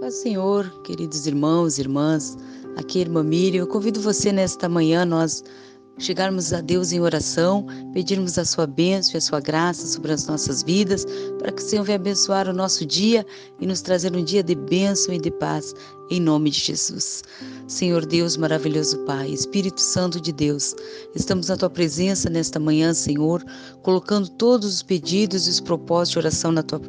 Paz, Senhor, queridos irmãos e irmãs, aqui é a irmã Miriam. Eu convido você nesta manhã, nós chegarmos a Deus em oração, pedirmos a sua bênção e a sua graça sobre as nossas vidas, para que o Senhor venha abençoar o nosso dia e nos trazer um dia de bênção e de paz, em nome de Jesus. Senhor Deus, maravilhoso Pai, Espírito Santo de Deus, estamos na Tua presença nesta manhã, Senhor, colocando todos os pedidos e os propósitos de oração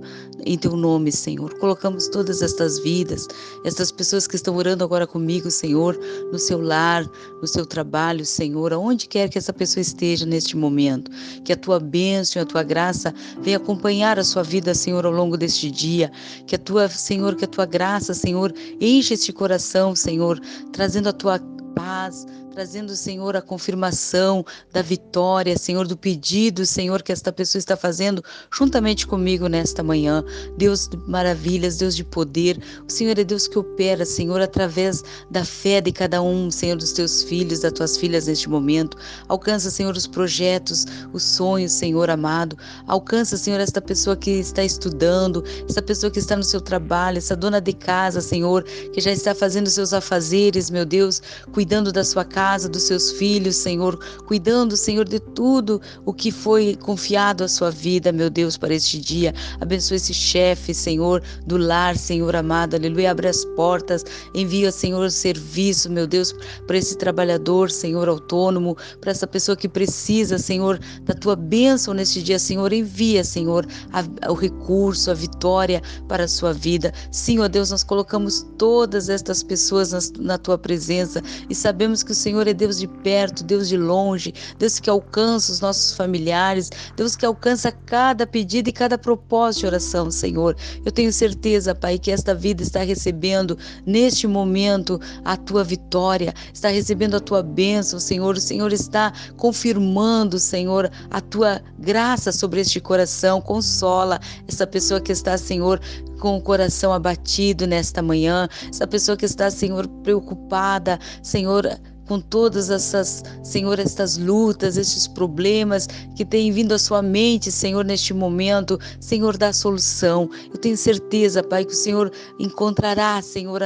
em Teu nome, Senhor. Colocamos todas estas vidas, estas pessoas que estão orando agora comigo, Senhor, no seu lar, no seu trabalho, Senhor, aonde quer que essa pessoa esteja neste momento, que a Tua bênção e a Tua graça venha acompanhar a sua vida, Senhor, ao longo deste dia, que a Tua graça, Senhor, enche este coração, Senhor, trazendo a Tua paz, trazendo, Senhor, a confirmação da vitória, Senhor, do pedido, Senhor, que esta pessoa está fazendo juntamente comigo nesta manhã. Deus de maravilhas, Deus de poder, o Senhor é Deus que opera, Senhor, através da fé de cada um, Senhor, dos Teus filhos, das Tuas filhas neste momento. Alcança, Senhor, os projetos, os sonhos, Senhor amado. Alcança, Senhor, esta pessoa que está estudando, esta pessoa que está no seu trabalho, essa dona de casa, Senhor, que já está fazendo seus afazeres, meu Deus, cuidando da sua casa, dos seus filhos, Senhor, cuidando, Senhor, de tudo o que foi confiado à sua vida, meu Deus, para este dia. Abençoa esse chefe, Senhor, do lar, Senhor amado, aleluia. Abre as portas, envia, Senhor, o serviço, meu Deus, para esse trabalhador, Senhor, autônomo, para essa pessoa que precisa, Senhor, da Tua bênção neste dia, Senhor. Envia, Senhor, o recurso, a vitória para a sua vida. Sim, ó Deus, nós colocamos todas estas pessoas na Tua presença e sabemos que o Senhor é Deus de perto, Deus de longe, Deus que alcança os nossos familiares, Deus que alcança cada pedido e cada propósito de oração, Senhor. Eu tenho certeza, Pai, que esta vida está recebendo neste momento a Tua vitória, está recebendo a Tua bênção, Senhor. O Senhor está confirmando, Senhor, a Tua graça sobre este coração. Consola essa pessoa que está, Senhor, com o coração abatido nesta manhã, essa pessoa que está, Senhor, preocupada, Senhor, com todas essas, Senhor, estas lutas, estes problemas que têm vindo à sua mente, Senhor, neste momento, Senhor, dá solução. Eu tenho certeza, Pai, que o Senhor encontrará, Senhor,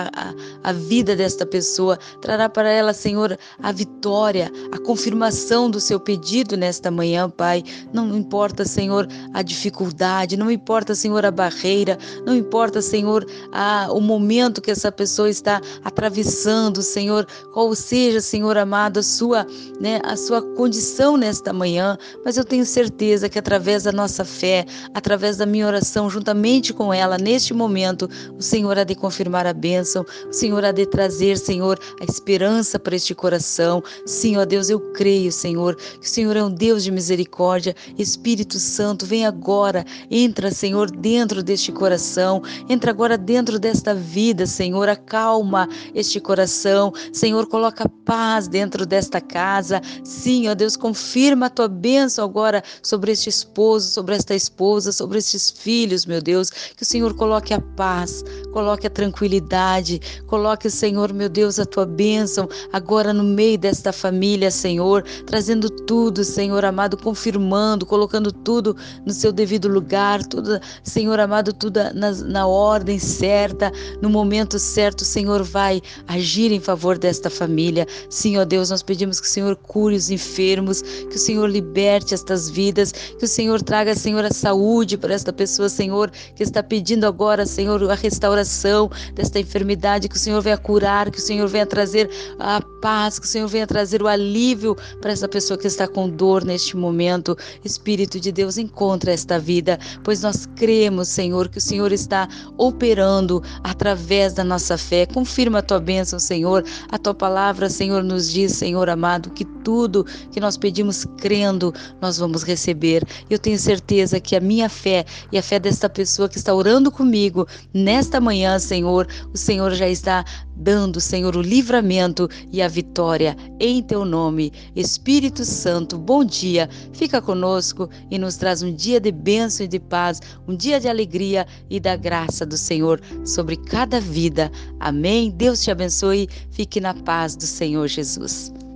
a vida desta pessoa, trará para ela, Senhor, a vitória, a confirmação do seu pedido nesta manhã, Pai. Não importa, Senhor, a dificuldade, não importa, Senhor, a barreira, não importa, Senhor, o momento que essa pessoa está atravessando, Senhor, qual seja, Senhor amado, a sua condição nesta manhã, mas eu tenho certeza que através da nossa fé, através da minha oração, juntamente com ela, neste momento, o Senhor há de confirmar a bênção, o Senhor há de trazer, Senhor, a esperança para este coração. Sim, ó Deus, eu creio, Senhor, que o Senhor é um Deus de misericórdia. Espírito Santo, vem agora, entra, Senhor, dentro deste coração, entra agora dentro desta vida, Senhor, acalma este coração, Senhor, coloca paz dentro desta casa. Sim, ó Deus, confirma a Tua bênção agora sobre este esposo, sobre esta esposa, sobre estes filhos, meu Deus, que o Senhor coloque a paz, coloque a tranquilidade, coloque, Senhor, meu Deus, a Tua bênção agora no meio desta família, Senhor, trazendo tudo, Senhor amado, confirmando, colocando tudo no seu devido lugar, tudo, Senhor amado, tudo na ordem certa, no momento certo, o Senhor vai agir em favor desta família. Sim, ó Deus, nós pedimos que o Senhor cure os enfermos, que o Senhor liberte estas vidas, que o Senhor traga, Senhor, a saúde para esta pessoa, Senhor, que está pedindo agora, Senhor, a restauração desta enfermidade, que o Senhor venha curar, que o Senhor venha trazer a paz, que o Senhor venha trazer o alívio para essa pessoa que está com dor neste momento. Espírito de Deus, encontra esta vida, pois nós cremos, Senhor, que o Senhor está operando através da nossa fé. Confirma a Tua bênção, Senhor, a Tua palavra, Senhor, nos diz, Senhor amado, que tudo que nós pedimos crendo, nós vamos receber. Eu tenho certeza que a minha fé e a fé desta pessoa que está orando comigo nesta manhã, Senhor, o Senhor já está dando, Senhor, o livramento e a vitória em Teu nome. Espírito Santo, bom dia, fica conosco e nos traz um dia de bênção e de paz, um dia de alegria e da graça do Senhor sobre cada vida. Amém? Deus te abençoe, fique na paz do Senhor Jesus.